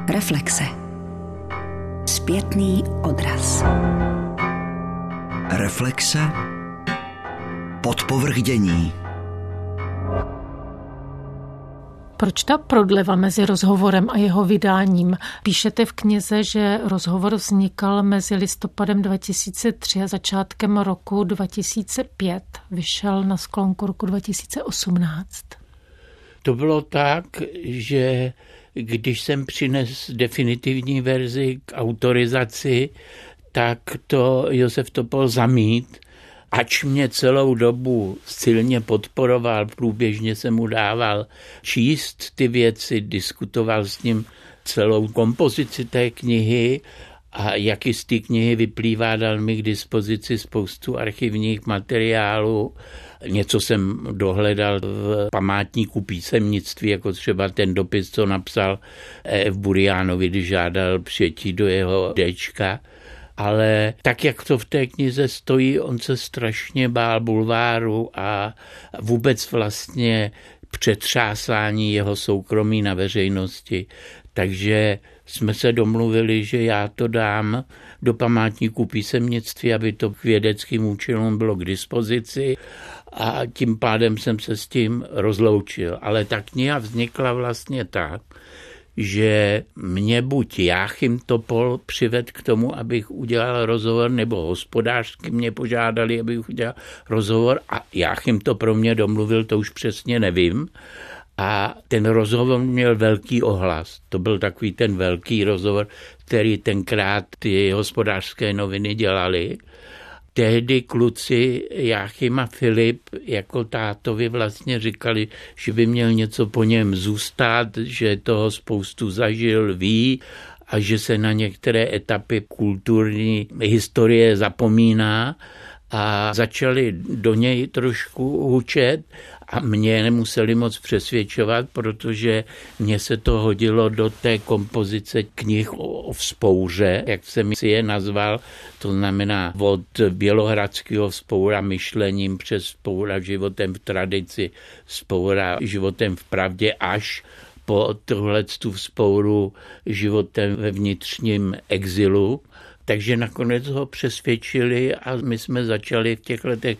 Reflexe. Zpětný odraz. Reflexe. Podpovrchdění. Proč ta prodleva mezi rozhovorem a jeho vydáním? Píšete v knize, že rozhovor vznikal mezi listopadem 2003 a začátkem roku 2005. Vyšel na sklonku roku 2018. To bylo tak, že když jsem přines definitivní verzi k autorizaci, tak to Josef Topol zamít. Ač mě celou dobu silně podporoval, průběžně jsem mu dával číst ty věci, diskutoval s ním celou kompozici té knihy a jak z té knihy vyplývá, dal mi k dispozici spoustu archivních materiálů. Něco jsem dohledal v památníku písemnictví, jako třeba ten dopis, co napsal E.F. Burianovi, když žádal přijetí do jeho déčka. Ale tak, jak to v té knize stojí, on se strašně bál bulváru a vůbec vlastně přetřásání jeho soukromí na veřejnosti. Takže jsme se domluvili, že já to dám do památníku písemnictví, aby to k vědeckým účelům bylo k dispozici a tím pádem jsem se s tím rozloučil. Ale ta kniha vznikla vlastně tak, že mě buď Jáchym Topol přivedl k tomu, abych udělal rozhovor, nebo hospodářky mě požádali, abych udělal rozhovor a Jáchym to pro mě domluvil, to už přesně nevím. A ten rozhovor měl velký ohlas. To byl takový ten velký rozhovor, který tenkrát ty hospodářské noviny dělali. Tehdy kluci Jáchym a Filip jako tátovi vlastně říkali, že by měl něco po něm zůstat, že toho spoustu zažil, ví a že se na některé etapy kulturní historie zapomíná a začali do něj trošku hučet a mě nemuseli moc přesvědčovat, protože mně se to hodilo do té kompozice knih o vzpouře, jak jsem si je nazval, to znamená od bělohradského vzpoura myšlením přes vzpoura životem v tradici, vzpoura životem v pravdě až po tuhletu vzpouru životem ve vnitřním exilu. Takže nakonec ho přesvědčili a my jsme začali v těch letech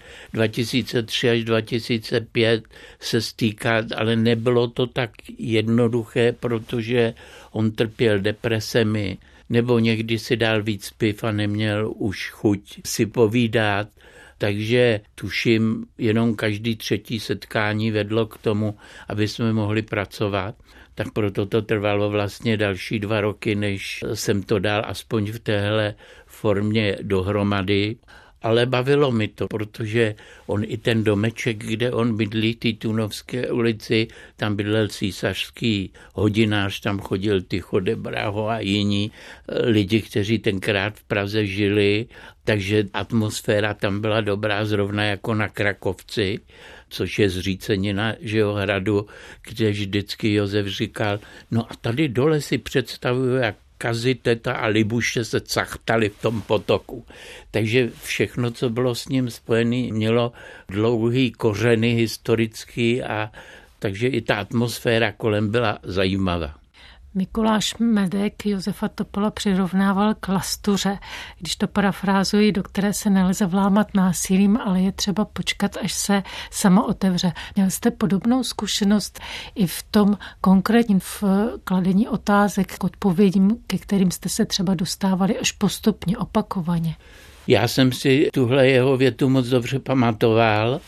2003 až 2005 se stýkat, ale nebylo to tak jednoduché, protože on trpěl depresemi, nebo někdy si dal víc piv a neměl už chuť si povídat. Takže tuším, jenom každý třetí setkání vedlo k tomu, aby jsme mohli pracovat. Tak proto to trvalo vlastně další 2 roky, než jsem to dal aspoň v téhle formě dohromady. Ale bavilo mi to, protože on i ten domeček, kde on bydlí, v té Tunovské ulici, tam bydlel císařský hodinář, tam chodil Tycho de Braho a jiní lidi, kteří tenkrát v Praze žili, takže atmosféra tam byla dobrá, zrovna jako na Krakovci, což je zřícenina hradu, kde vždycky Josef říkal, no a tady dole si představuju, jak Kaziteta a Libuše se cachtali v tom potoku. Takže všechno, co bylo s ním spojené, mělo dlouhý kořeny historický a takže i ta atmosféra kolem byla zajímavá. Mikuláš Medek Josefa Topola přirovnával k lastuře, když to parafrázuji, do které se nelze vlámat násilím, ale je třeba počkat, až se sama otevře. Měl jste podobnou zkušenost i v tom konkrétním v kladení otázek k odpovědím, ke kterým jste se třeba dostávali až postupně, opakovaně? Já jsem si tuhle jeho větu moc dobře pamatoval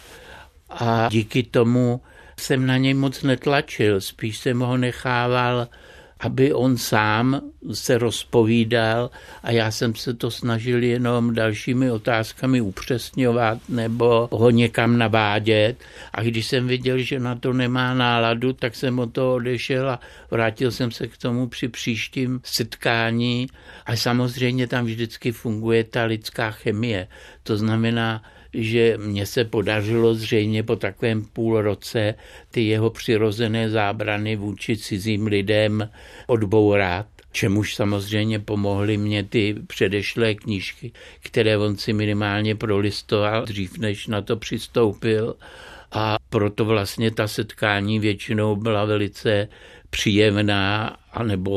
a díky tomu jsem na něj moc netlačil, spíš jsem ho nechával, aby on sám se rozpovídal a já jsem se to snažil jenom dalšími otázkami upřesňovat nebo ho někam navádět. A když jsem viděl, že na to nemá náladu, tak jsem od toho odešel a vrátil jsem se k tomu při příštím setkání. A samozřejmě tam vždycky funguje ta lidská chemie. To znamená, že mně se podařilo zřejmě po takovém půl roce ty jeho přirozené zábrany vůči cizím lidem odbourat, čemuž samozřejmě pomohly mě ty předešlé knížky, které on si minimálně prolistoval dřív, než na to přistoupil. A proto vlastně ta setkání většinou byla velice příjemná, anebo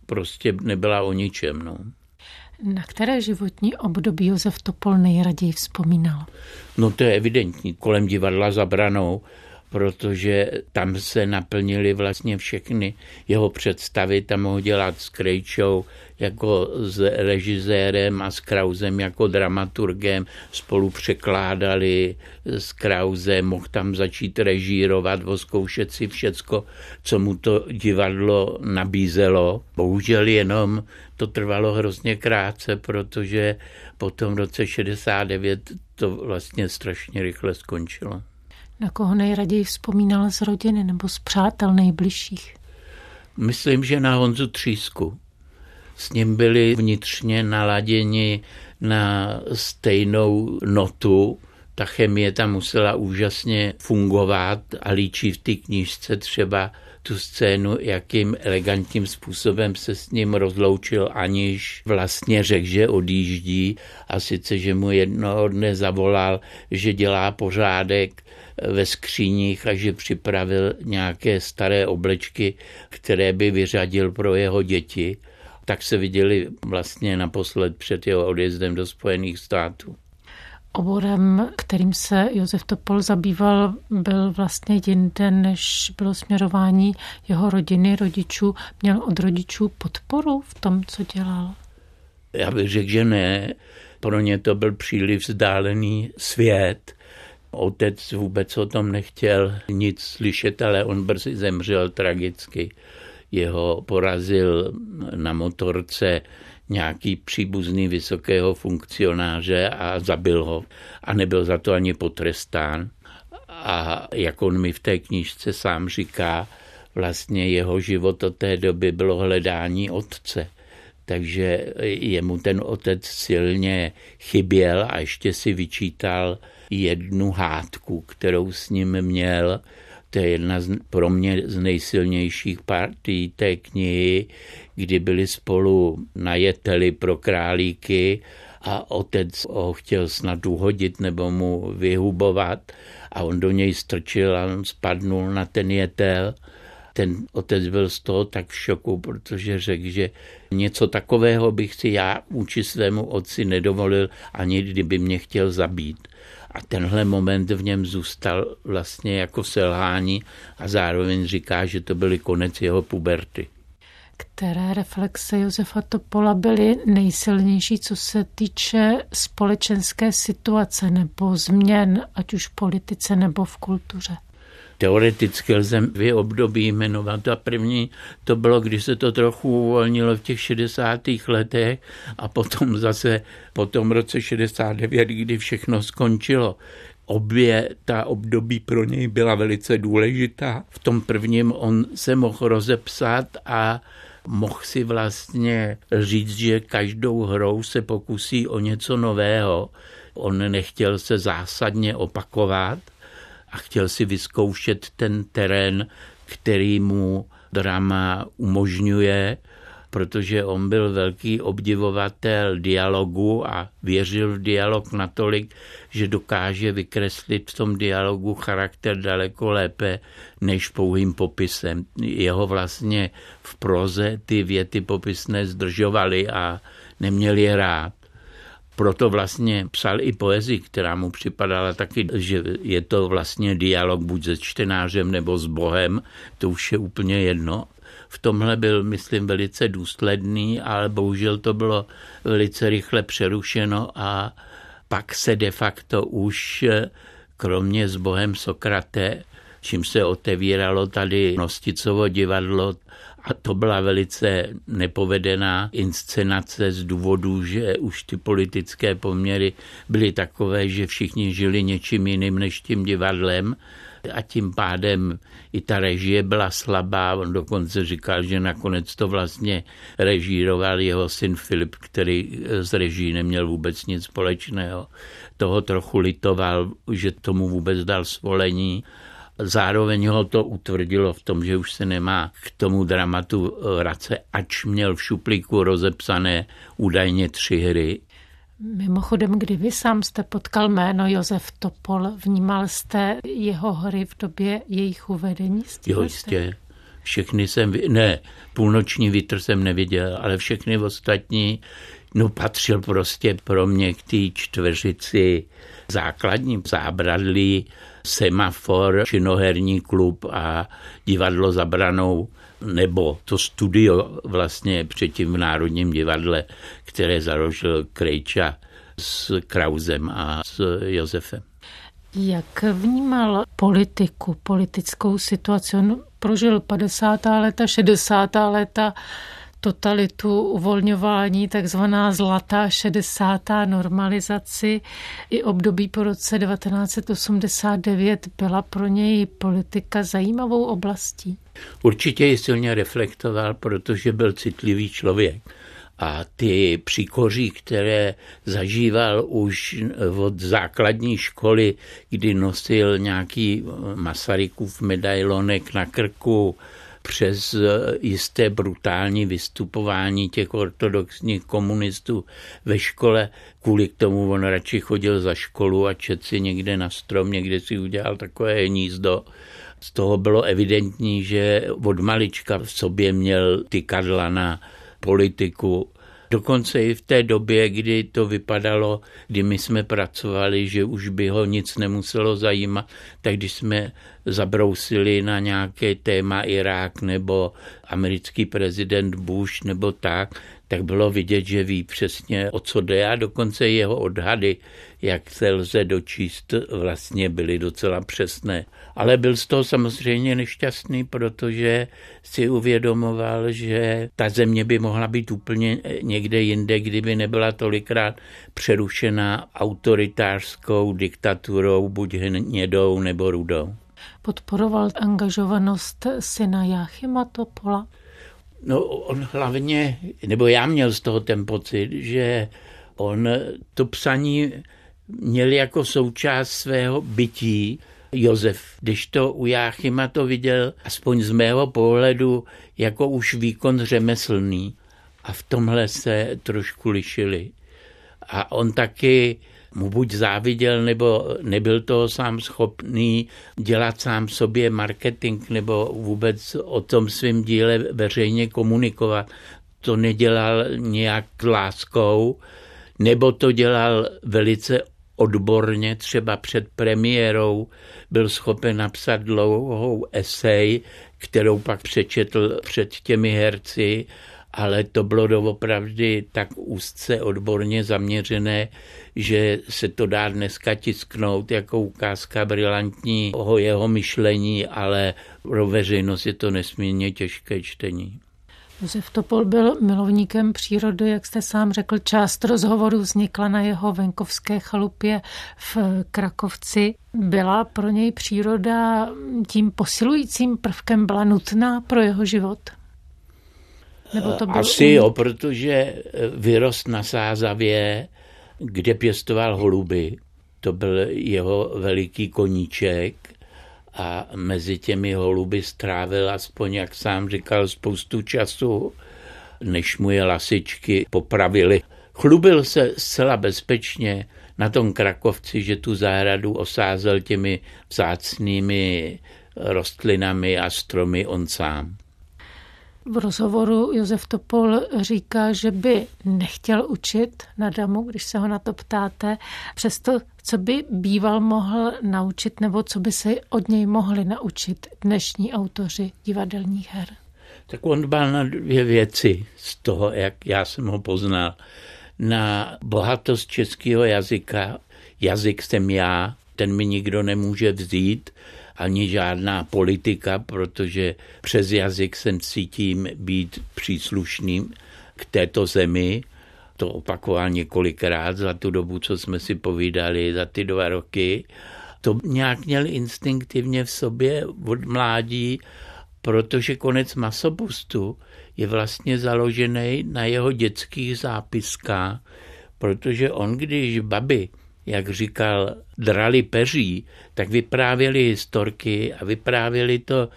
prostě nebyla o ničem. No. Na které životní období Josef Topol nejraději vzpomínal? No to je evidentní, kolem divadla Za branou, protože tam se naplnily vlastně všechny jeho představy, tam mohl dělat s Krejčou jako s režisérem a s Krausem jako dramaturgem, spolu překládali s Krausem, mohl tam začít režírovat, odzkoušet si všecko, co mu to divadlo nabízelo. Bohužel jenom to trvalo hrozně krátce, protože potom v roce 69 to vlastně strašně rychle skončilo. Na koho nejraději vzpomínal z rodiny nebo z přátel nejbližších? Myslím, že na Honzu Třísku. S ním byli vnitřně naladěni na stejnou notu. Ta chemie tam musela úžasně fungovat a líčí v té knížce třeba tu scénu, jakým elegantním způsobem se s ním rozloučil, aniž vlastně řekl, že odjíždí. A sice, že mu jednoho dne zavolal, že dělá pořádek ve skříních a že připravil nějaké staré oblečky, které by vyřadil pro jeho děti. Tak se viděli vlastně naposled před jeho odjezdem do Spojených států. Oborem, kterým se Josef Topol zabýval, byl vlastně jinde, než bylo směrování jeho rodiny, rodičů. Měl od rodičů podporu v tom, co dělal? Já bych řekl, že ne. Pro ně to byl příliš vzdálený svět. Otec vůbec o tom nechtěl nic slyšet, ale on brzy zemřel tragicky. Jeho porazil na motorce nějaký příbuzný vysokého funkcionáře a zabil ho a nebyl za to ani potrestán. A jak on mi v té knížce sám říká, vlastně jeho život od té doby bylo hledání otce. Takže jemu ten otec silně chyběl a ještě si vyčítal jednu hádku, kterou s ním měl. To je jedna pro mě z nejsilnějších partií té knihy, kdy byli spolu na jeteli pro králíky a otec ho chtěl snad uhodit nebo mu vyhubovat a on do něj strčil a on spadnul na ten jetel. Ten otec byl z toho tak v šoku, protože řekl, že něco takového bych si já vůči svému otci nedovolil, ani kdyby mě chtěl zabít. A tenhle moment v něm zůstal vlastně jako selhání a zároveň říká, že to byl konec jeho puberty. Které reflexe Josefa Topola byly nejsilnější, co se týče společenské situace nebo změn, ať už v politice nebo v kultuře? Teoreticky lze dvě období jmenovat. A první to bylo, když se to trochu uvolnilo v těch 60. letech a potom zase po tom roce 69, kdy všechno skončilo. Obě ta období pro něj byla velice důležitá. V tom prvním on se mohl rozepsat a mohl si vlastně říct, že každou hrou se pokusí o něco nového. On nechtěl se zásadně opakovat a chtěl si vyzkoušet ten terén, který mu drama umožňuje, protože on byl velký obdivovatel dialogu a věřil v dialog natolik, že dokáže vykreslit v tom dialogu charakter daleko lépe než pouhým popisem. Jeho vlastně v proze ty věty popisné zdržovaly a neměl je rád. Proto vlastně psal i poezii, která mu připadala taky, že je to vlastně dialog buď se čtenářem nebo s Bohem, to už je úplně jedno. V tomhle byl, myslím, velice důsledný, ale bohužel to bylo velice rychle přerušeno a pak se de facto už kromě s Bohem Sokrate, čím se otevíralo tady Nosticovo divadlo, a to byla velice nepovedená inscenace z důvodu, že už ty politické poměry byly takové, že všichni žili něčím jiným než tím divadlem a tím pádem i ta režie byla slabá. On dokonce říkal, že nakonec to vlastně režíroval jeho syn Filip, který s režií neměl vůbec nic společného. Toho trochu litoval, že tomu vůbec dal svolení. Zároveň ho to utvrdilo v tom, že už se nemá k tomu dramatu vrace, ač měl v šuplíku rozepsané údajně 3 hry. Mimochodem, kdy vy sám jste potkal jméno Josef Topol, vnímal jste jeho hry v době jejich uvedení? Jo, jistě. Všechny Půlnoční vítr jsem neviděl, ale všechny ostatní, patřil prostě pro mě k té čtveřici základní: Zábradlí, Semafor, činoherní klub a divadlo Za branou, nebo to studio vlastně předtím v Národním divadle, které založil Krejča s Krausem a s Josefem. Jak vnímal politickou situaci? On prožil 50. léta, 60. léta, totalitu, uvolňování, takzvaná zlatá 60. normalizaci. I období po roce 1989 byla pro něj politika zajímavou oblastí. Určitě ji silně reflektoval, protože byl citlivý člověk. A ty příkoří, které zažíval už od základní školy, kdy nosil nějaký Masarykův medailonek na krku, přes jisté brutální vystupování těch ortodoxních komunistů ve škole. Kvůli tomu on radši chodil za školu a četl si někde na strom, někde si udělal takové hnízdo. Z toho bylo evidentní, že od malička v sobě měl tykadla na politiku. Dokonce i v té době, kdy to vypadalo, kdy my jsme pracovali, že už by ho nic nemuselo zajímat, tak když jsme zabrousili na nějaké téma Irák nebo americký prezident Bush nebo tak bylo vidět, že ví přesně, o co jde, a dokonce jeho odhady, jak se lze dočíst, vlastně byly docela přesné. Ale byl z toho samozřejmě nešťastný, protože si uvědomoval, že ta země by mohla být úplně někde jinde, kdyby nebyla tolikrát přerušena autoritářskou diktaturou, buď hnědou nebo rudou. Podporoval angažovanost syna Jáchyma Topola? On hlavně, nebo já měl z toho ten pocit, že on to psaní měl jako součást svého bytí. Josef, když to u Jáchyma to viděl, aspoň z mého pohledu, jako už výkon řemeslný. A v tomhle se trošku lišili. A on taky mu buď záviděl, nebo nebyl toho sám schopný dělat sám sobě marketing, nebo vůbec o tom svém díle veřejně komunikovat. To nedělal nějak láskou, nebo to dělal velice odborně, třeba před premiérou byl schopen napsat dlouhou esej, kterou pak přečetl před těmi herci, ale to bylo doopravdy tak úzce odborně zaměřené, že se to dá dneska tisknout jako ukázka brilantního jeho myšlení, ale pro veřejnost je to nesmírně těžké čtení. Josef Topol byl milovníkem přírody, jak jste sám řekl, část rozhovoru vznikla na jeho venkovské chalupě v Krakovci. Byla pro něj příroda tím posilujícím prvkem, byla nutná pro jeho život? Nebo to asi jo, protože vyrost na Sázavě, kde pěstoval holuby. To byl jeho veliký koníček a mezi těmi holuby strávil, aspoň jak sám říkal, spoustu času, než mu je lasičky popravili. Chlubil se zcela bezpečně na tom Krakovci, že tu zahradu osázel těmi vzácnými rostlinami a stromy on sám. V rozhovoru Josef Topol říká, že by nechtěl učit na damu, když se ho na to ptáte. Přesto, co by býval mohl naučit, nebo co by se od něj mohli naučit dnešní autoři divadelních her? Tak on dbal na dvě věci z toho, jak já jsem ho poznal. Na bohatost českého jazyka. Jazyk jsem já, ten mi nikdo nemůže vzít, ani žádná politika, protože přes jazyk se cítím být příslušným k této zemi. To opakoval několikrát za tu dobu, co jsme si povídali, za ty 2 roky. To nějak měl instinktivně v sobě od mládí, protože konec Masopustu je vlastně založený na jeho dětských zápiskách, protože on, když babi, jak říkal, drali peří, tak vyprávěli historky a vyprávěli to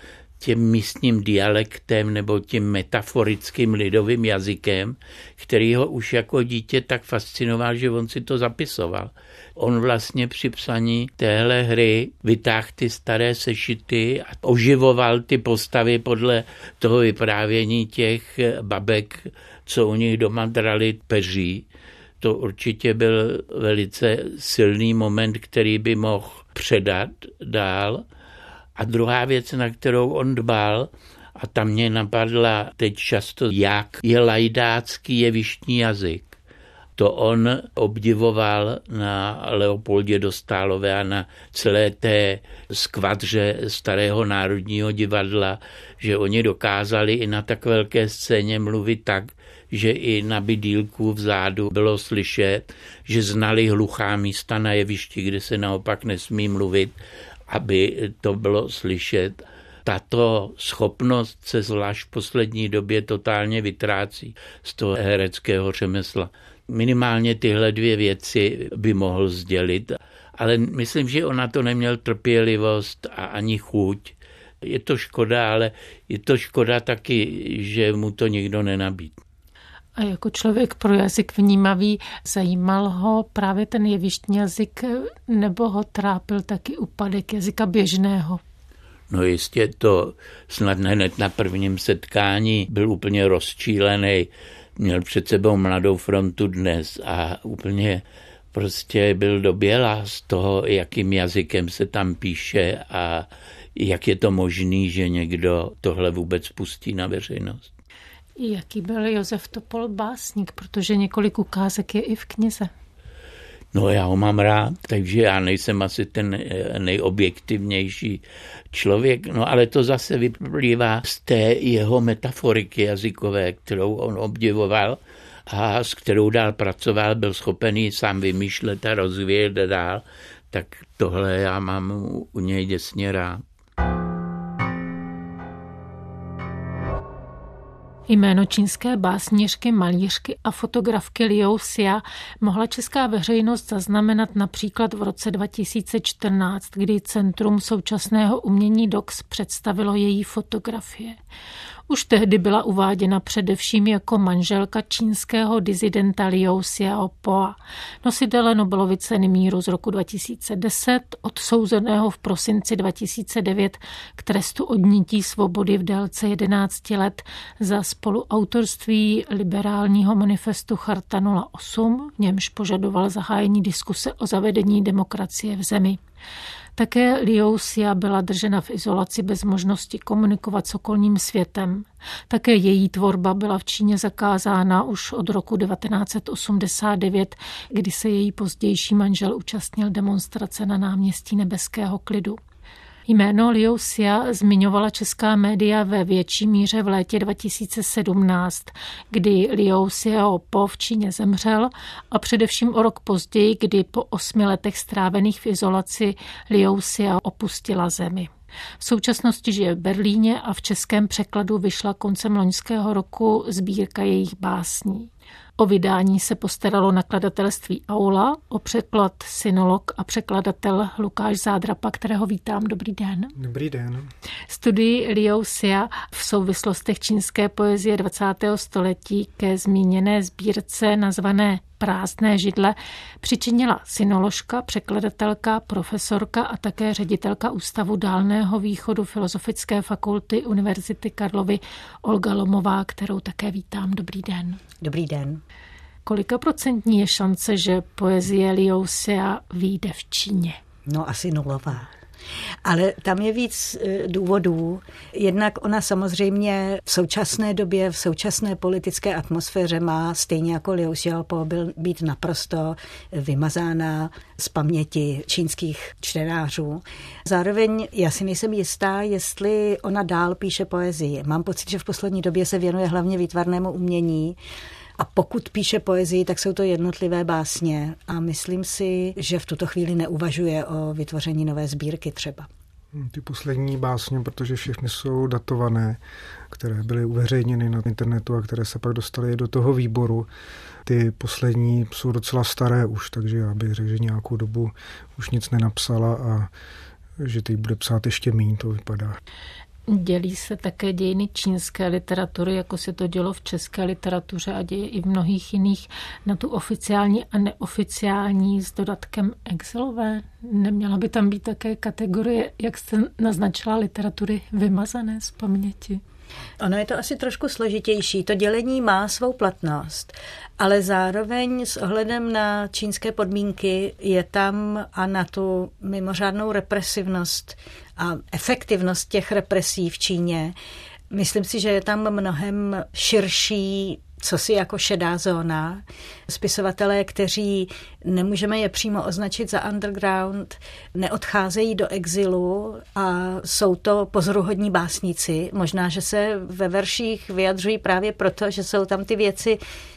tím místním dialektem nebo tím metaforickým lidovým jazykem, který ho už jako dítě tak fascinoval, že on si to zapisoval. On vlastně při psaní téhle hry vytáhl ty staré sešity a oživoval ty postavy podle toho vyprávění těch babek, co u nich doma drali peří. To určitě byl velice silný moment, který by mohl předat dál. A druhá věc, na kterou on dbal, a tam mě napadla teď často, jak je lajdácký jevištní jazyk. To on obdivoval na Leopoldě Dostálové a na celé té skvadře Starého národního divadla, že oni dokázali i na tak velké scéně mluvit tak, že i na bydýlku vzadu bylo slyšet, že znali hluchá místa na jevišti, kde se naopak nesmí mluvit, aby to bylo slyšet. Tato schopnost se zvlášť v poslední době totálně vytrácí z toho hereckého řemesla. Minimálně tyhle dvě věci by mohl sdělit, ale myslím, že on na to neměl trpělivost a ani chuť. Je to škoda, ale je to škoda taky, že mu to nikdo nenabídl. A jako člověk pro jazyk vnímavý, zajímal ho právě ten jevištní jazyk, nebo ho trápil taky úpadek jazyka běžného? No jistě, to snad hned na prvním setkání byl úplně rozčílený. Měl před sebou Mladou frontu Dnes a úplně prostě byl doběla z toho, jakým jazykem se tam píše a jak je to možný, že někdo tohle vůbec pustí na veřejnost. Jaký byl Josef Topol básník, protože několik ukázek je i v knize? No já ho mám rád, takže já nejsem asi ten nejobjektivnější člověk, no ale to zase vyplývá z té jeho metaforiky jazykové, kterou on obdivoval a s kterou dál pracoval, byl schopený sám vymýšlet a rozvíjet dál, tak tohle já mám u něj děsně rád. Jméno čínské básnířky, malířky a fotografky Liu Xia mohla česká veřejnost zaznamenat například v roce 2014, kdy Centrum současného umění DOX představilo její fotografie. Už tehdy byla uváděna především jako manželka čínského disidenta Liu Xiaopoa, nositele Nobelovy ceny míru z roku 2010, odsouzeného v prosinci 2009 k trestu odnětí svobody v délce 11 let za spoluautorství liberálního manifestu Charta 08, v němž požadoval zahájení diskuse o zavedení demokracie v zemi. Také Liu Xia byla držena v izolaci bez možnosti komunikovat s okolním světem. Také její tvorba byla v Číně zakázána už od roku 1989, kdy se její pozdější manžel účastnil demonstrace na náměstí Nebeského klidu. Jméno Liu Xia zmiňovala česká média ve větší míře v létě 2017, kdy Liu Xiaopo v Číně zemřel a především o rok později, kdy po 8 letech strávených v izolaci Liu Xia opustila zemi. V současnosti žije v Berlíně a v českém překladu vyšla koncem loňského roku sbírka jejich básní. O vydání se postaralo nakladatelství Aula, o překlad synolog a překladatel Lukáš Zádrapa, kterého vítám. Dobrý den. Dobrý den. Studii Liu Xia v souvislostech čínské poezie 20. století ke zmíněné sbírce nazvané Prázdné židle přičinila synoložka, překladatelka, profesorka a také ředitelka Ústavu Dálného východu Filozofické fakulty Univerzity Karlovy Olga Lomová, kterou také vítám. Dobrý den. Dobrý den. Kolika procentní je šance, že poezie Liu Xia vyjde v Číně? No asi nulová. Ale tam je víc důvodů. Jednak ona samozřejmě v současné době, v současné politické atmosféře má stejně jako Liu Xiaopo být naprosto vymazána z paměti čínských čtenářů. Zároveň já si nejsem jistá, jestli ona dál píše poezii. Mám pocit, že v poslední době se věnuje hlavně výtvarnému umění. A pokud píše poezii, tak jsou to jednotlivé básně a myslím si, že v tuto chvíli neuvažuje o vytvoření nové sbírky třeba. Ty poslední básně, protože všechny jsou datované, které byly uveřejněny na internetu a které se pak dostaly do toho výboru. Ty poslední jsou docela staré už, takže já bych řekl, že nějakou dobu už nic nenapsala a že teď bude psát ještě míň, to vypadá. Dělí se také dějiny čínské literatury, jako se to dělo v české literatuře a děje i v mnohých jiných, na tu oficiální a neoficiální s dodatkem exilové? Neměla by tam být také kategorie, jak jste naznačila, literatury vymazané z paměti? Ono je to asi trošku složitější. To dělení má svou platnost, ale zároveň s ohledem na čínské podmínky je tam a na tu mimořádnou represivnost a efektivnost těch represí v Číně. Myslím si, že je tam mnohem širší cosi jako šedá zóna. Spisovatelé, kteří nemůžeme je přímo označit za underground, neodcházejí do exilu a jsou to pozoruhodní básníci. Možná, že se ve verších vyjadřují právě proto, že jsou tam ty věci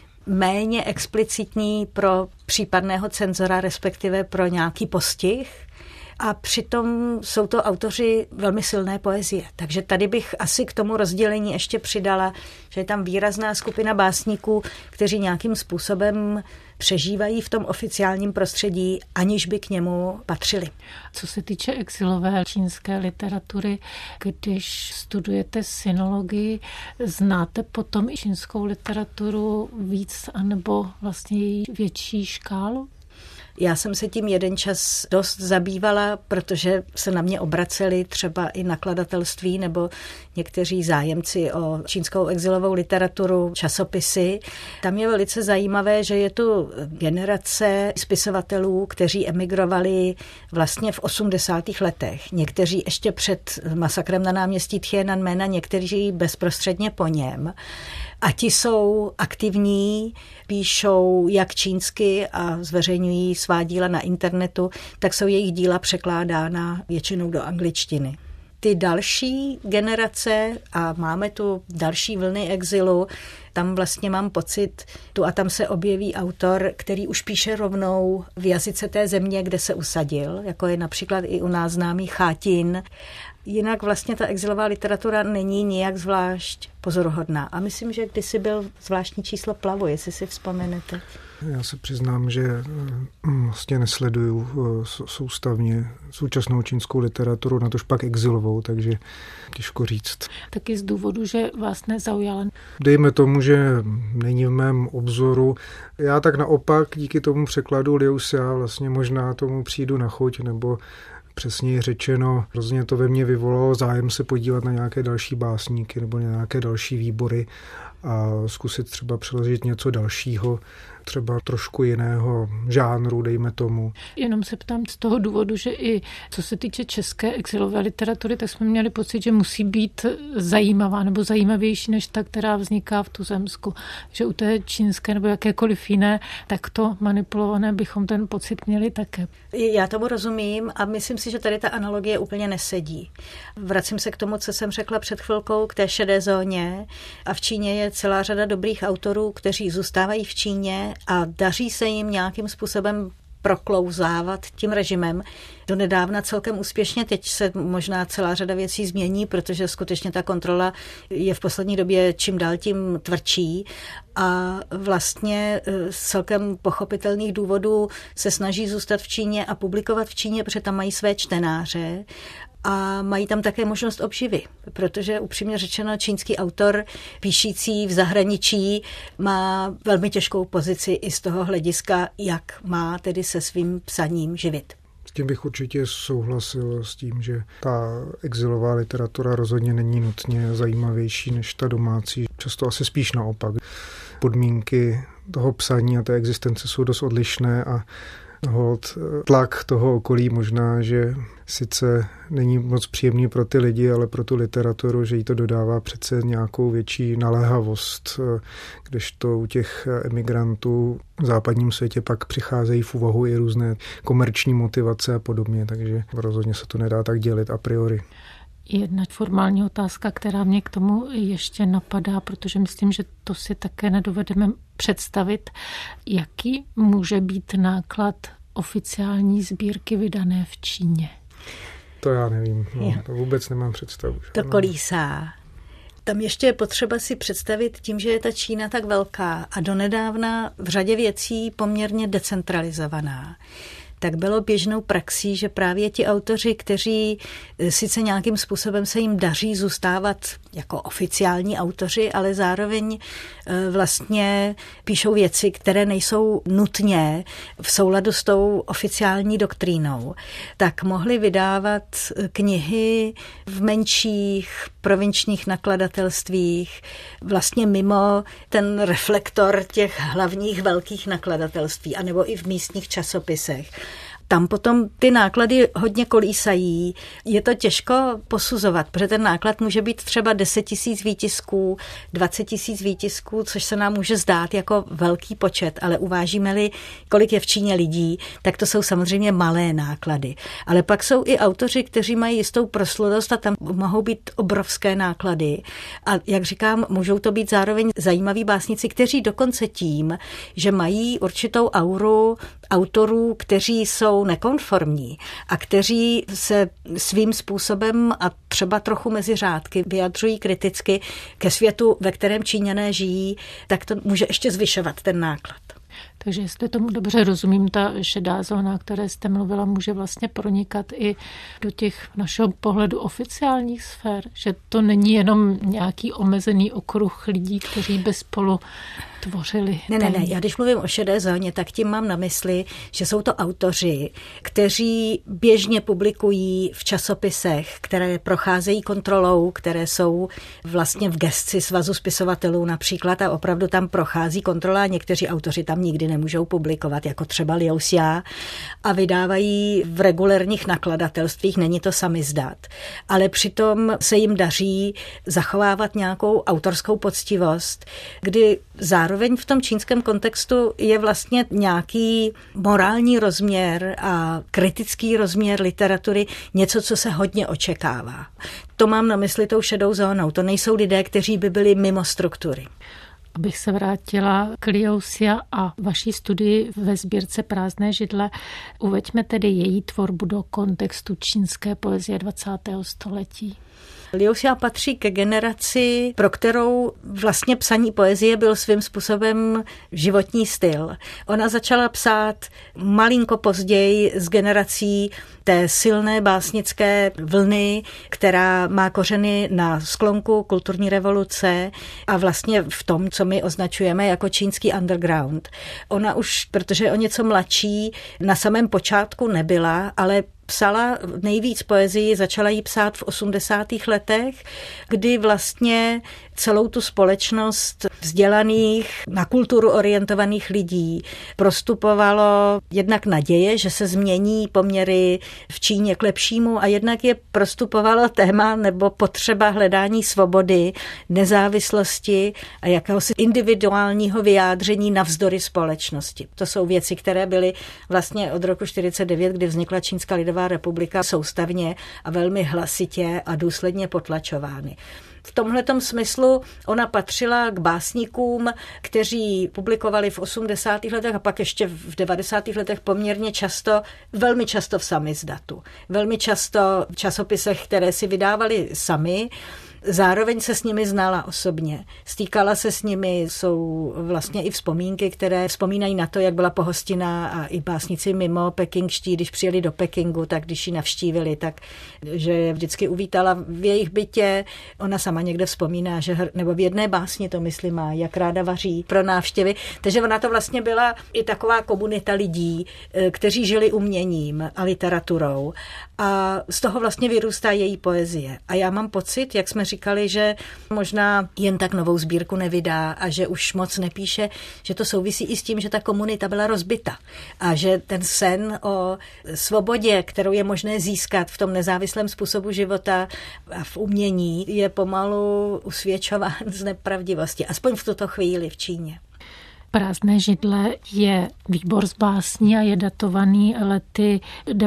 méně explicitní pro případného cenzora, respektive pro nějaký postih. A přitom jsou to autoři velmi silné poezie. Takže tady bych asi k tomu rozdělení ještě přidala, že je tam výrazná skupina básníků, kteří nějakým způsobem přežívají v tom oficiálním prostředí, aniž by k němu patřili. Co se týče exilové čínské literatury, když studujete sinologii, znáte potom i čínskou literaturu víc, anebo vlastně její větší škálu? Já jsem se tím jeden čas dost zabývala, protože se na mě obraceli třeba i nakladatelství nebo někteří zájemci o čínskou exilovou literaturu, časopisy. Tam je velice zajímavé, že je tu generace spisovatelů, kteří emigrovali vlastně v 80. letech. Někteří ještě před masakrem na náměstí Tiananmena, někteří bezprostředně po něm. A ti jsou aktivní, píšou jak čínsky a zveřejňují svá díla na internetu, tak jsou jejich díla překládána většinou do angličtiny. Ty další generace, a máme tu další vlny exilu, tam vlastně mám pocit, tu a tam se objeví autor, který už píše rovnou v jazyce té země, kde se usadil, jako je například i u nás známý Chátin. Jinak vlastně ta exilová literatura není nijak zvlášť pozoruhodná. A myslím, že kdysi byl zvláštní číslo Plavu, jestli si vzpomenete. Já se přiznám, že vlastně nesleduju soustavně současnou čínskou literaturu, natož pak exilovou, takže těžko říct. Taky z důvodu, že vás nezaujala. Dejme tomu, že není v mém obzoru. Já tak naopak díky tomu překladu Liu Xia vlastně možná tomu přijdu na chuť, nebo přesněji řečeno, hrozně to ve mně vyvolalo zájem se podívat na nějaké další básníky nebo na nějaké další výbory a zkusit třeba přeložit něco dalšího, třeba trošku jiného žánru, dejme tomu. Jenom se ptám z toho důvodu, že i co se týče české exilové literatury, tak jsme měli pocit, že musí být zajímavá nebo zajímavější než ta, která vzniká v tuzemsku. Že u té čínské nebo jakékoliv jiné, tak to manipulované bychom ten pocit měli také. Já tomu rozumím a myslím si, že tady ta analogie úplně nesedí. Vracím se k tomu, co jsem řekla před chvilkou, k té šedé zóně, a v Číně je celá řada dobrých autorů, kteří zůstávají v Číně a daří se jim nějakým způsobem proklouzávat tím režimem. Donedávna celkem úspěšně, teď se možná celá řada věcí změní, protože skutečně ta kontrola je v poslední době čím dál tím tvrdší a vlastně z celkem pochopitelných důvodů se snaží zůstat v Číně a publikovat v Číně, protože tam mají své čtenáře. A mají tam také možnost obživy, protože upřímně řečeno čínský autor píšící v zahraničí má velmi těžkou pozici i z toho hlediska, jak má tedy se svým psaním živit. S tím bych určitě souhlasil s tím, že ta exilová literatura rozhodně není nutně zajímavější než ta domácí. Často asi spíš naopak. Podmínky toho psaní a té existence jsou dost odlišné a holt tlak toho okolí možná, že sice není moc příjemný pro ty lidi, ale pro tu literaturu, že jí to dodává přece nějakou větší naléhavost, kdežto u těch emigrantů v západním světě pak přicházejí v úvahu i různé komerční motivace a podobně, takže rozhodně se to nedá tak dělit a priori. Jedna formální otázka, která mě k tomu ještě napadá, protože myslím, že to si také nedovedeme představit. Jaký může být náklad oficiální sbírky vydané v Číně? To já nevím, to vůbec nemám představu. To kolísá. Tam ještě je potřeba si představit tím, že je ta Čína tak velká a donedávna v řadě věcí poměrně decentralizovaná. tak bylo běžnou praxí, že právě ti autoři, kteří sice nějakým způsobem se jim daří zůstávat jako oficiální autoři, ale zároveň vlastně píšou věci, které nejsou nutně v souladu s tou oficiální doktrínou, tak mohli vydávat knihy v menších provinčních nakladatelstvích, vlastně mimo ten reflektor těch hlavních velkých nakladatelství, anebo i v místních časopisech. Tam potom ty náklady hodně kolísají. Je to těžko posuzovat, protože ten náklad může být třeba 10 000 výtisků, 20 000 výtisků, což se nám může zdát jako velký počet, ale uvážíme-li, kolik je v Číně lidí, tak to jsou samozřejmě malé náklady. Ale pak jsou i autoři, kteří mají jistou proslulost a tam mohou být obrovské náklady. A jak říkám, můžou to být zároveň zajímaví básníci, kteří dokonce tím, že mají určitou auru autorů, kteří jsou nekonformní a kteří se svým způsobem a třeba trochu mezi řádky vyjadřují kriticky ke světu, ve kterém Číňané žijí, tak to může ještě zvyšovat ten náklad. Takže jestli tomu dobře rozumím, ta šedá zóna, o které jste mluvila, může vlastně pronikat i do těch našeho pohledu oficiálních sfér, že to není jenom nějaký omezený okruh lidí, kteří by spolu tvořili. Ne. Já když mluvím o šedé zóně, tak tím mám na mysli, že jsou to autoři, kteří běžně publikují v časopisech, které procházejí kontrolou, které jsou vlastně v gesci Svazu spisovatelů například a opravdu tam prochází kontrola a někteří autoři tam nikdy nemůžou publikovat, jako třeba Liu Xia, a vydávají v regulérních nakladatelstvích, není to samizdat, ale přitom se jim daří zachovávat nějakou autorskou poctivost, kdy zároveň v tom čínském kontextu je vlastně nějaký morální rozměr a kritický rozměr literatury něco, co se hodně očekává. To mám na mysli tou šedou zónou. To nejsou lidé, kteří by byli mimo struktury. Abych se vrátila k Liu Xia a vaší studii ve sbírce Prázdné židle, uveďme tedy její tvorbu do kontextu čínské poezie 20. století. Liu Xia patří ke generaci, pro kterou vlastně psaní poezie byl svým způsobem životní styl. Ona začala psát malinko později s generací té silné básnické vlny, která má kořeny na sklonku kulturní revoluce a vlastně v tom, co my označujeme jako čínský underground. Ona už, protože je o něco mladší, na samém počátku nebyla, ale psala nejvíc poezii, začala ji psát v 80. letech, kdy vlastně celou tu společnost vzdělaných, na kulturu orientovaných lidí prostupovalo jednak naděje, že se změní poměry v Číně k lepšímu a jednak je prostupovalo téma nebo potřeba hledání svobody, nezávislosti a jakéhosi individuálního vyjádření navzdory společnosti. To jsou věci, které byly vlastně od roku 1949, kdy vznikla Čínská lidová republika, soustavně a velmi hlasitě a důsledně potlačovány. V tomhletom smyslu ona patřila k básníkům, kteří publikovali v 80. letech a pak ještě v 90. letech poměrně často, velmi často v samizdatu. Velmi často v časopisech, které si vydávali sami. Zároveň se s nimi znala osobně. Stýkala se s nimi, jsou vlastně i vzpomínky, které vzpomínají na to, jak byla pohostinná a i básníci mimo pekingští, když přijeli do Pekingu, tak když ji navštívili, tak že je vždycky uvítala v jejich bytě. Ona sama někde vzpomíná, že nebo v jedné básni to myslím má, jak ráda vaří pro návštěvy. Takže ona to vlastně byla i taková komunita lidí, kteří žili uměním a literaturou. A z toho vlastně vyrůstá její poezie. A já mám pocit, jak jsme říkali, že možná jen tak novou sbírku nevydá a že už moc nepíše, že to souvisí i s tím, že ta komunita byla rozbita a že ten sen o svobodě, kterou je možné získat v tom nezávislém způsobu života a v umění, je pomalu usvědčován z nepravdivosti, aspoň v tuto chvíli v Číně. Prázdné židle je výbor z básní a je datovaný lety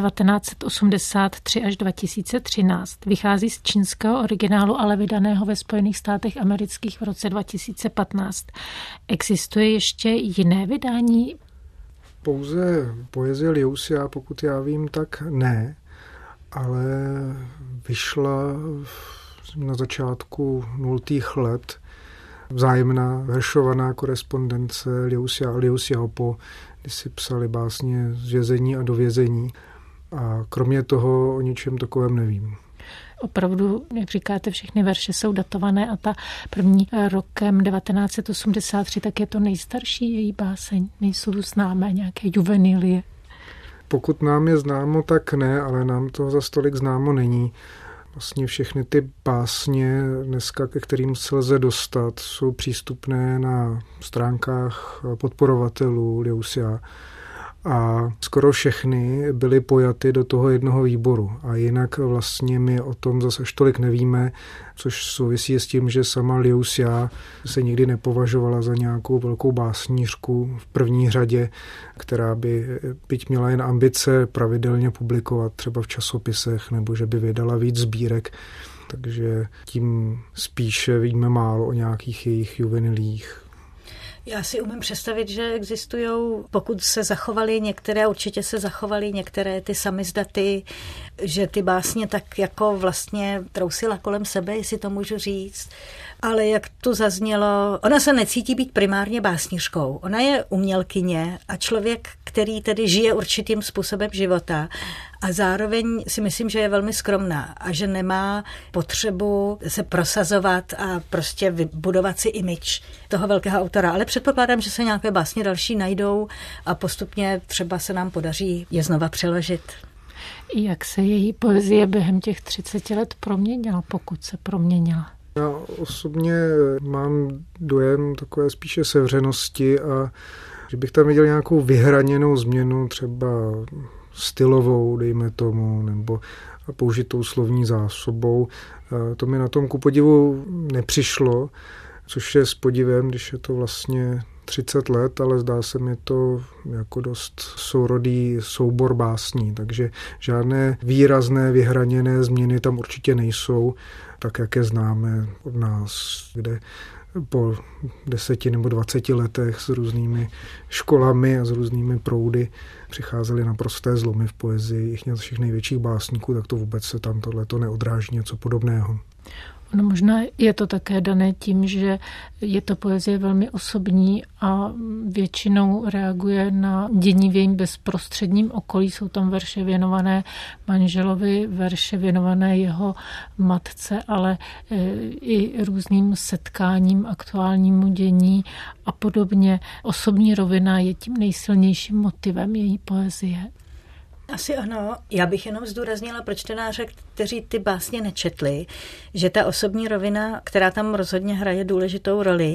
1983 až 2013. Vychází z čínského originálu, ale vydaného ve Spojených státech amerických v roce 2015. Existuje ještě jiné vydání? Pouze poezie Liu Xia, pokud já vím, tak ne, ale vyšla na začátku 0. let vzájemná veršovaná korespondence Liu Xia a Liu Xiaopo, kdy si psali básně z vězení a do vězení. A kromě toho o ničem takovém nevím. Opravdu, jak říkáte, všechny verše jsou datované a ta první rokem 1983, tak je to nejstarší její báseň. Nejsou známé nějaké juvenilie. Pokud nám je známo, tak ne, ale nám to za tolik známo není. Vlastně všechny ty básně dneska, ke kterým se lze dostat, jsou přístupné na stránkách podporovatelů Liu Xia. A skoro všechny byly pojaty do toho jednoho výboru. A jinak vlastně my o tom zase až tolik nevíme, což souvisí s tím, že sama Liu Xia se nikdy nepovažovala za nějakou velkou básnířku v první řadě, která by byť měla jen ambice pravidelně publikovat třeba v časopisech nebo že by vydala víc sbírek. Takže tím spíše víme málo o nějakých jejich juvenilích. Já si umím představit, že existují, pokud se zachovaly některé, určitě se zachovaly některé ty samizdaty, že ty básně tak jako vlastně trousila kolem sebe, jestli to můžu říct. Ale jak tu zaznělo, ona se necítí být primárně básnířkou. Ona je umělkyně a člověk, který tedy žije určitým způsobem života a zároveň si myslím, že je velmi skromná a že nemá potřebu se prosazovat a prostě vybudovat si image toho velkého autora. Ale předpokládám, že se nějaké básně další najdou a postupně třeba se nám podaří je znova přeložit. Jak se její poezie během těch 30 let proměnila, pokud se proměnila? Já osobně mám dojem takové spíše sevřenosti a že bych tam viděl nějakou vyhraněnou změnu, třeba stylovou, dejme tomu, nebo použitou slovní zásobou. To mi na tom ku podivu nepřišlo, což je s podivem, když je to vlastně 30 let, ale zdá se mi to jako dost sourodý soubor básní, takže žádné výrazné, vyhraněné změny tam určitě nejsou, tak jak je známe od nás, kde po 10 nebo 20 letech s různými školami a s různými proudy přicházely naprosté zlomy v poezii všech největších básníků, tak to vůbec se tam tohleto neodráží něco podobného. No možná je to také dané tím, že je to poezie velmi osobní a většinou reaguje na dění v jejím bezprostředním okolí. Jsou tam verše věnované manželovi, verše věnované jeho matce, ale i různým setkáním, aktuálnímu dění a podobně. Osobní rovina je tím nejsilnějším motivem její poezie. Asi ano. Já bych jenom zdůraznila pro čtenáře, kteří ty básně nečetli, že ta osobní rovina, která tam rozhodně hraje důležitou roli,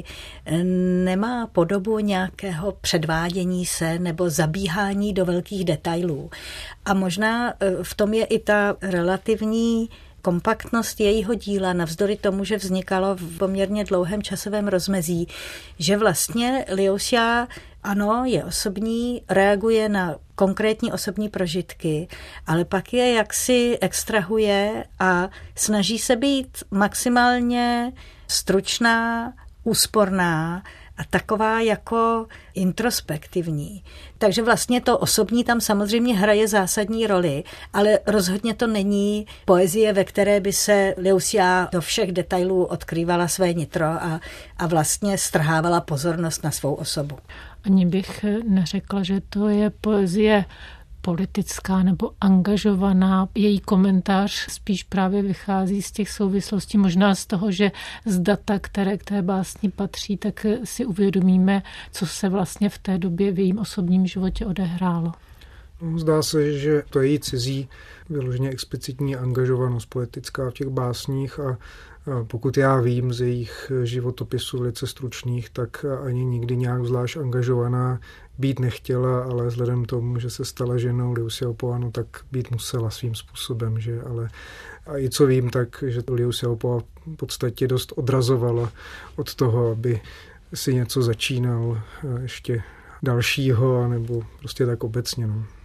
nemá podobu nějakého předvádění se nebo zabíhání do velkých detailů. A možná v tom je i ta relativní kompaktnost jejího díla, navzdory tomu, že vznikalo v poměrně dlouhém časovém rozmezí, že vlastně Liu Xia, ano, je osobní, reaguje na konkrétní osobní prožitky, ale pak je jaksi extrahuje a snaží se být maximálně stručná, úsporná a taková jako introspektivní. Takže vlastně to osobní tam samozřejmě hraje zásadní roli, ale rozhodně to není poezie, ve které by se Liu Xia do všech detailů odkrývala své nitro a vlastně strhávala pozornost na svou osobu. Ani bych neřekla, že to je poezie politická nebo angažovaná. Její komentář spíš právě vychází z těch souvislostí, možná z toho, že z data, které k té básni patří, tak si uvědomíme, co se vlastně v té době v jejím osobním životě odehrálo. Zdá se, že to je její cizí, vyloženě explicitní angažovanost politická v těch básních a pokud já vím z jejich životopisů velice stručných, tak ani nikdy nějak zvlášť angažovaná být nechtěla, ale vzhledem k tomu, že se stala ženou Liu Xiaopo, tak být musela svým způsobem, že ale a i co vím, tak že Liu Xiaopo v podstatě dost odrazovala od toho, aby si něco začínal ještě dalšího, nebo prostě tak obecně. No.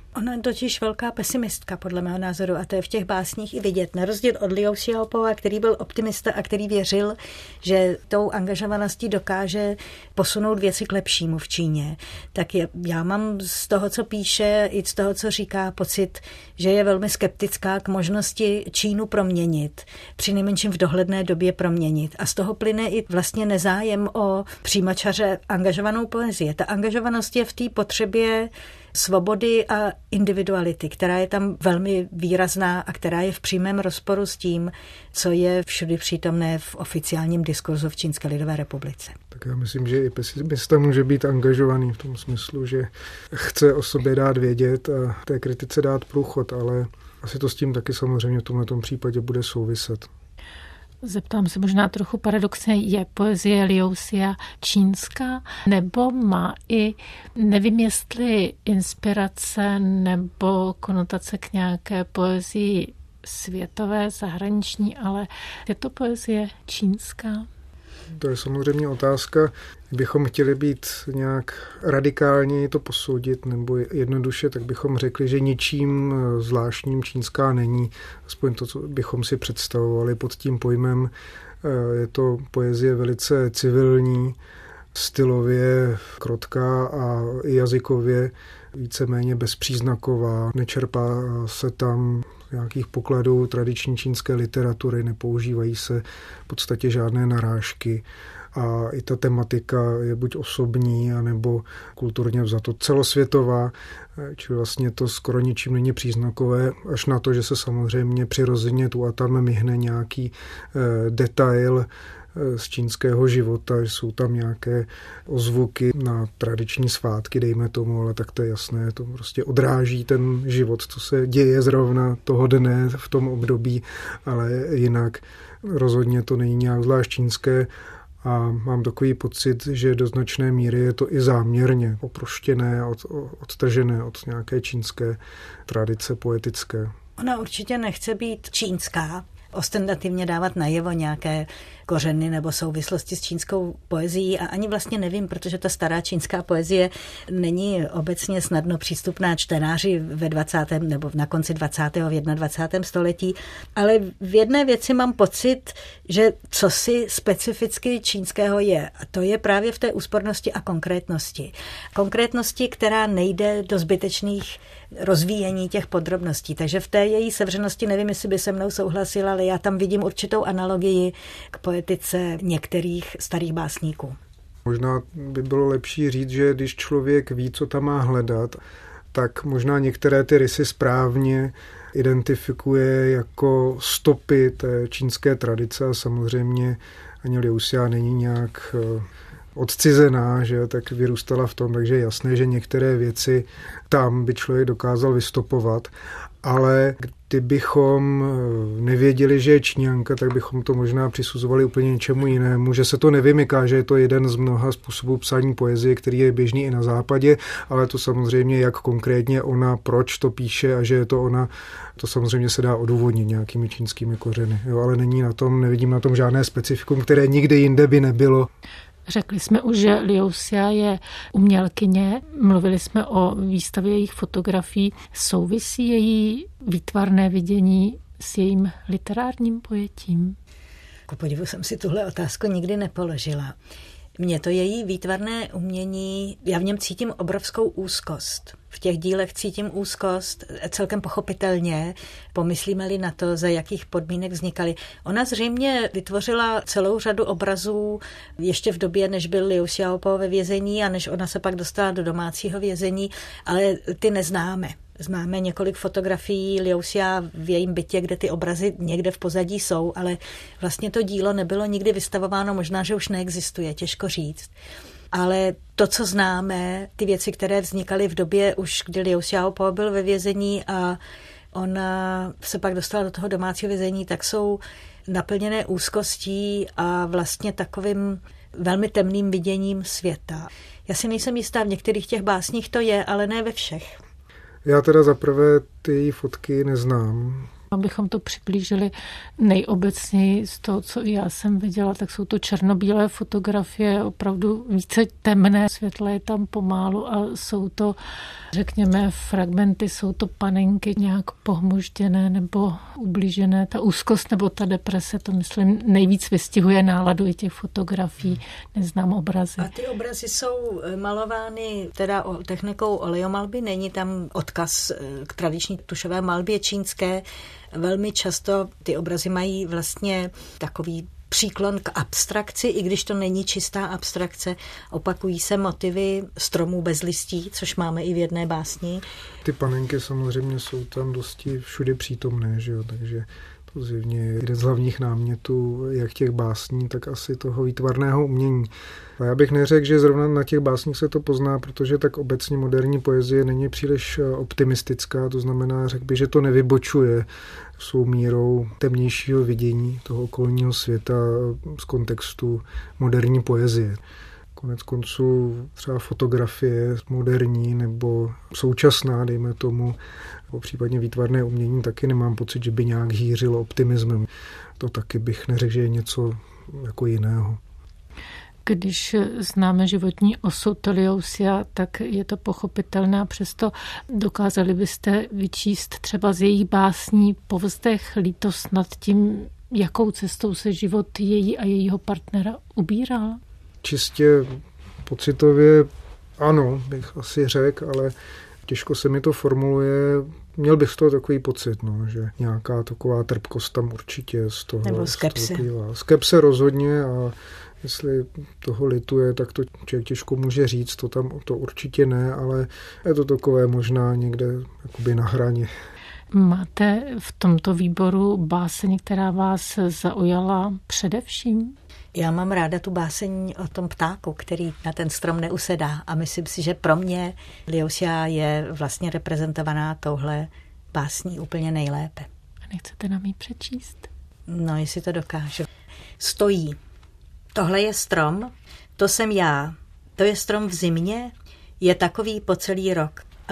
Ona je totiž velká pesimistka, podle mého názoru, a to je v těch básních i vidět. Na rozdíl od Liu Xiaopova, který byl optimista a který věřil, že tou angažovaností dokáže posunout věci k lepšímu v Číně, tak já mám z toho, co píše, i z toho, co říká, pocit, že je velmi skeptická k možnosti Čínu proměnit, přinejmenším v dohledné době proměnit. A z toho plyne i vlastně nezájem o přímočaře angažovanou poezii. Ta angažovanost je v té potřebě svobody a individuality, která je tam velmi výrazná a která je v přímém rozporu s tím, co je všudy přítomné v oficiálním diskurzu v Čínské lidové republice. Tak já myslím, že i pesimista může být angažovaný v tom smyslu, že chce o sobě dát vědět a té kritice dát průchod, ale asi to s tím taky samozřejmě v tomto případě bude souviset. Zeptám se možná trochu paradoxně, je poezie Liu Xia čínská, nebo má i, nevím jestli inspirace nebo konotace k nějaké poezii světové, zahraniční, ale je to poezie čínská? To je samozřejmě otázka, bychom chtěli být nějak radikálně to posoudit nebo jednoduše, tak bychom řekli, že ničím zvláštním čínská není, aspoň to, co bychom si představovali pod tím pojmem. Je to poezie velice civilní, stylově krotká a i jazykově víceméně bezpříznaková. Nečerpá se tam nějakých pokladů tradiční čínské literatury, nepoužívají se v podstatě žádné narážky a i ta tematika je buď osobní, anebo kulturně vzato celosvětová, čili vlastně to skoro ničím není příznakové, až na to, že se samozřejmě přirozeně tu a tam myhne nějaký detail z čínského života, že jsou tam nějaké ozvuky na tradiční svátky, dejme tomu, ale tak to je jasné, to prostě odráží ten život, co se děje zrovna toho dne v tom období, ale jinak rozhodně to není nějak zvlášť čínské a mám takový pocit, že do značné míry je to i záměrně oproštěné, odtržené od nějaké čínské tradice poetické. Ona určitě nechce být čínská, ostentativně dávat najevo nějaké kořeny nebo souvislosti s čínskou poezií a ani vlastně nevím, protože ta stará čínská poezie není obecně snadno přístupná čtenáři ve 20. nebo na konci 20. v 21. století, ale v jedné věci mám pocit, že cosi specificky čínského je. A to je právě v té úspornosti a konkrétnosti. Konkrétnosti, která nejde do zbytečných rozvíjení těch podrobností. Takže v té její sevřenosti, nevím, jestli by se mnou souhlasila, ale já tam vidím určitou analogii k poetice některých starých básníků. Možná by bylo lepší říct, že když člověk ví, co tam má hledat, tak možná některé ty rysy správně identifikuje jako stopy té čínské tradice a samozřejmě ani Liu Xia není nějak odcizená, že tak vyrůstala v tom, takže je jasné, že některé věci tam by člověk dokázal vystopovat, ale kdybychom nevěděli, že je Číňanka, tak bychom to možná přisuzovali úplně něčemu jinému, že se to nevymyká, že je to jeden z mnoha způsobů psání poezie, který je běžný i na západě, ale to samozřejmě, jak konkrétně ona, proč to píše a že je to ona, to samozřejmě se dá odůvodnit nějakými čínskými kořeny, jo, ale nevidím na tom žádné specifikum, které nikde jinde by nebylo. Řekli jsme už, že Liu Xia je umělkyně, mluvili jsme o výstavě jejich fotografií. Souvisí její výtvarné vidění s jejím literárním pojetím? Ku podivu jsem si tuhle otázku nikdy nepoložila. Mně to její výtvarné umění, já v něm cítím obrovskou úzkost. V těch dílech cítím úzkost, celkem pochopitelně, pomyslíme-li na to, za jakých podmínek vznikaly. Ona zřejmě vytvořila celou řadu obrazů ještě v době, než byl Liu Xiaopo ve vězení a než ona se pak dostala do domácího vězení, ale ty neznáme. Známe několik fotografií Liu Xia v jejím bytě, kde ty obrazy někde v pozadí jsou, ale vlastně to dílo nebylo nikdy vystavováno, možná, že už neexistuje, těžko říct. Ale to, co známe, ty věci, které vznikaly v době už, kdy Liu Xiaopo byl ve vězení a ona se pak dostala do toho domácího vězení, tak jsou naplněné úzkostí a vlastně takovým velmi temným viděním světa. Já si nejsem jistá, v některých těch básních to je, ale ne ve všech. Já teda zaprvé ty fotky neznám. Abychom to přiblížili nejobecněji z toho, co i já jsem viděla, tak jsou to černobílé fotografie, opravdu více temné, světlo je tam pomálu a jsou to, řekněme, fragmenty, jsou to panenky nějak pohmožděné nebo ublížené. Ta úzkost nebo ta deprese, to myslím nejvíc vystihuje náladu i těch fotografií, neznám obrazy. A ty obrazy jsou malovány teda technikou oleomalby, není tam odkaz k tradiční tušové malbě čínské. Velmi často ty obrazy mají vlastně takový příklon k abstrakci, i když to není čistá abstrakce. Opakují se motivy stromů bez listí, což máme i v jedné básni. Ty panenky samozřejmě jsou tam dosti všude přítomné, že jo? Takže to zjevně je jeden z hlavních námětů jak těch básní, tak asi toho výtvarného umění. A já bych neřekl, že zrovna na těch básních se to pozná, protože tak obecně moderní poezie není příliš optimistická, to znamená, řekl bych, že to nevybočuje svou mírou temnějšího vidění toho okolního světa z kontextu moderní poezie. Konec konců třeba fotografie moderní nebo současná, dejme tomu, nebo případně výtvarné umění, taky nemám pocit, že by nějak hýřilo optimismem. To taky bych neřekl, že je něco jako jiného. Když známe životní osud Liusia, tak je to pochopitelné a přesto dokázali byste vyčíst třeba z jejich básní povzdech, lítost nad tím, jakou cestou se život její a jejího partnera ubíral? Čistě pocitově ano, bych asi řekl, ale těžko se mi to formuluje. Měl bych z toho takový pocit, no, že nějaká taková trpkost tam určitě z toho. Nebo skepse. Skepse rozhodně a jestli toho lituje, tak to člověk těžko může říct, to tam to určitě ne, ale je to takové možná někde jakoby na hraně. Máte v tomto výboru báseň, která vás zaujala především? Já mám ráda tu báseň o tom ptáku, který na ten strom neusedá a myslím si, že pro mě Liusia je vlastně reprezentovaná touhle básní úplně nejlépe. A nechcete nám ji přečíst? No, jestli to dokážu. Stojí. Tohle je strom, to jsem já. To je strom v zimě, je takový po celý rok. A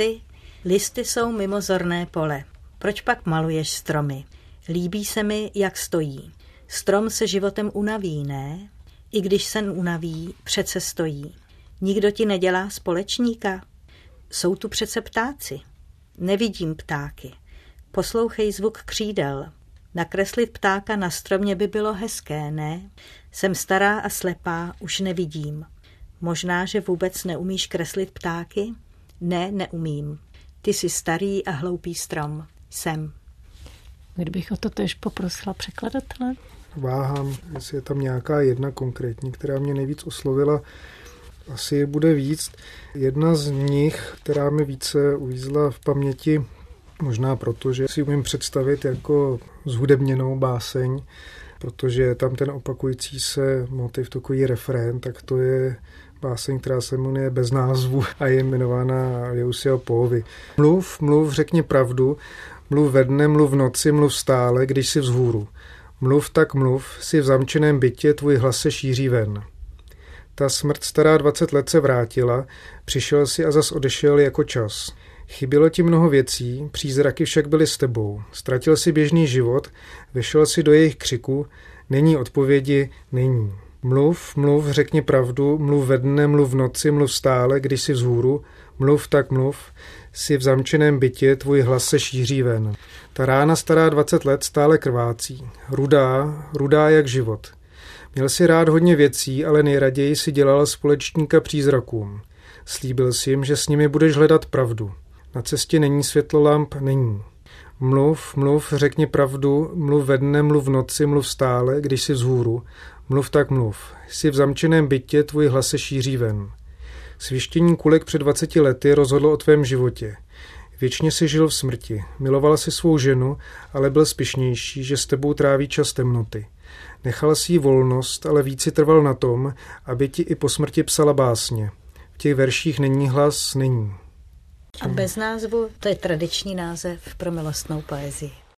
listy jsou mimozorné pole. Proč pak maluješ stromy? Líbí se mi, jak stojí. Strom se životem unaví, ne? I když se unaví, přece stojí. Nikdo ti nedělá společníka? Jsou tu přece ptáci. Nevidím ptáky. Poslouchej zvuk křídel. Nakreslit ptáka na stromě by bylo hezké, ne? Jsem stará a slepá, už nevidím. Možná, že vůbec neumíš kreslit ptáky? Ne, neumím. Ty jsi starý a hloupý strom. Jsem. Kdybych o to též poprosila překladatele? Váhám, jestli je tam nějaká jedna konkrétní, která mě nejvíc oslovila. Asi bude víc. Jedna z nich, která mi více uvízla v paměti, možná proto, že si umím představit jako zhudebněnou báseň, protože tam ten opakující se motiv, takový refrén, tak to je báseň, která se jmenuje Bez názvu a je jmenována Liusia Poovy. Mluv, řekni pravdu, mluv ve dne, mluv v noci, mluv stále, když jsi vzhůru. Mluv tak mluv, si v zamčeném bytě, tvůj hlas se šíří ven. Ta smrt stará 20 let se vrátila, přišel si a zas odešel jako čas. Chybělo ti mnoho věcí, přízraky však byly s tebou. Ztratil si běžný život, vešel si do jejich křiku, není odpovědi, není. Mluv, řekni pravdu, mluv ve dne, mluv v noci, mluv stále, když jsi vzhůru, mluv tak mluv, si v zamčeném bytě, tvůj hlas se šíří ven. Ta rána stará 20 let stále krvácí, rudá jak život. Měl si rád hodně věcí, ale nejraději si dělal společníka přízrakům. Slíbil si jim, že s nimi budeš hledat pravdu. Na cestě není světlolamp, není. Mluv, řekni pravdu, mluv ve dne, mluv v noci, mluv stále, když jsi vzhůru, mluv tak mluv. Jsi v zamčeném bytě, tvůj hlas se šíří ven. Svištění kulek před 20 lety rozhodlo o tvém životě. Věčně si žil v smrti, milovala si svou ženu, ale byl pyšnější, že s tebou tráví čas temnoty. Nechal si jí volnost, ale víc si trval na tom, aby ti i po smrti psala básně. V těch verších není hlas, není. A Bez názvu, to je tradiční název pro milostnou poezii.